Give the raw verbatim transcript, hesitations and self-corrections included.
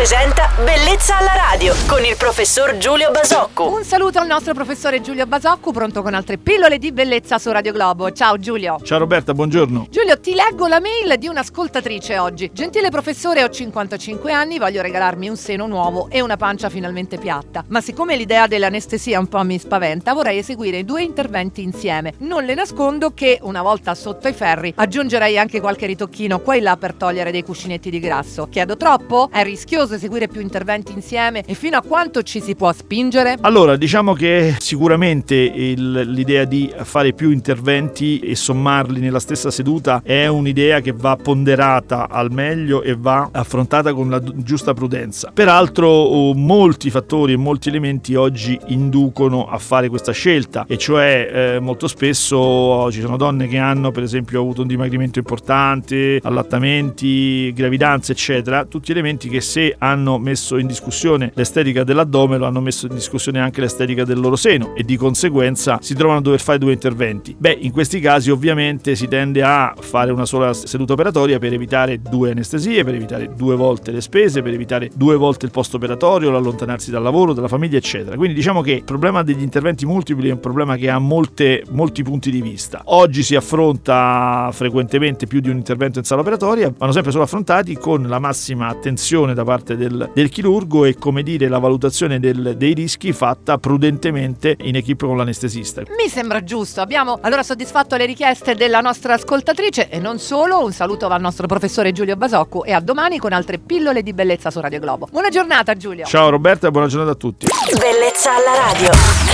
presenta Bellezza alla radio con il professor Giulio Basoccu. Un saluto al nostro professore Giulio Basoccu, pronto con altre pillole di bellezza su Radio Globo. Ciao Giulio. Ciao Roberta, buongiorno. Giulio, ti leggo la mail di un'ascoltatrice oggi. Gentile professore, ho cinquantacinque anni, voglio regalarmi un seno nuovo e una pancia finalmente piatta. Ma siccome l'idea dell'anestesia un po' mi spaventa, vorrei eseguire due interventi insieme. Non le nascondo che, una volta sotto i ferri, aggiungerei anche qualche ritocchino qua e là per togliere dei cuscinetti di grasso. Chiedo troppo? È rischioso eseguire più interventi insieme? E fino a quanto ci si può spingere? Allora, diciamo che sicuramente il, l'idea di fare più interventi e sommarli nella stessa seduta è un'idea che va ponderata al meglio e va affrontata con la giusta prudenza. Peraltro molti fattori e molti elementi oggi inducono a fare questa scelta, e cioè eh, molto spesso ci sono donne che hanno per esempio avuto un dimagrimento importante, allattamenti, gravidanze eccetera, tutti elementi che se hanno messo in discussione l'estetica dell'addome lo hanno messo in discussione anche l'estetica del loro seno, e di conseguenza si trovano a dover fare due interventi. Beh, in questi casi ovviamente si tende a fare una sola seduta operatoria per evitare due anestesie, per evitare due volte le spese, per evitare due volte il post operatorio, l'allontanarsi dal lavoro, dalla famiglia eccetera. Quindi diciamo che il problema degli interventi multipli è un problema che ha molte, molti punti di vista. Oggi si affronta frequentemente più di un intervento in sala operatoria, vanno sempre solo affrontati con la massima attenzione da parte del, del chirurgo e, come dire, la valutazione del, dei rischi fatta prudentemente in equipe con l'anestesista. Mi sembra giusto. Abbiamo allora soddisfatto le richieste della nostra ascoltatrice e non solo. Un saluto al nostro professore Giulio Basoccu e a domani con altre pillole di bellezza su Radio Globo. Buona giornata Giulio. Ciao Roberta e buona giornata a tutti. Bellezza alla radio.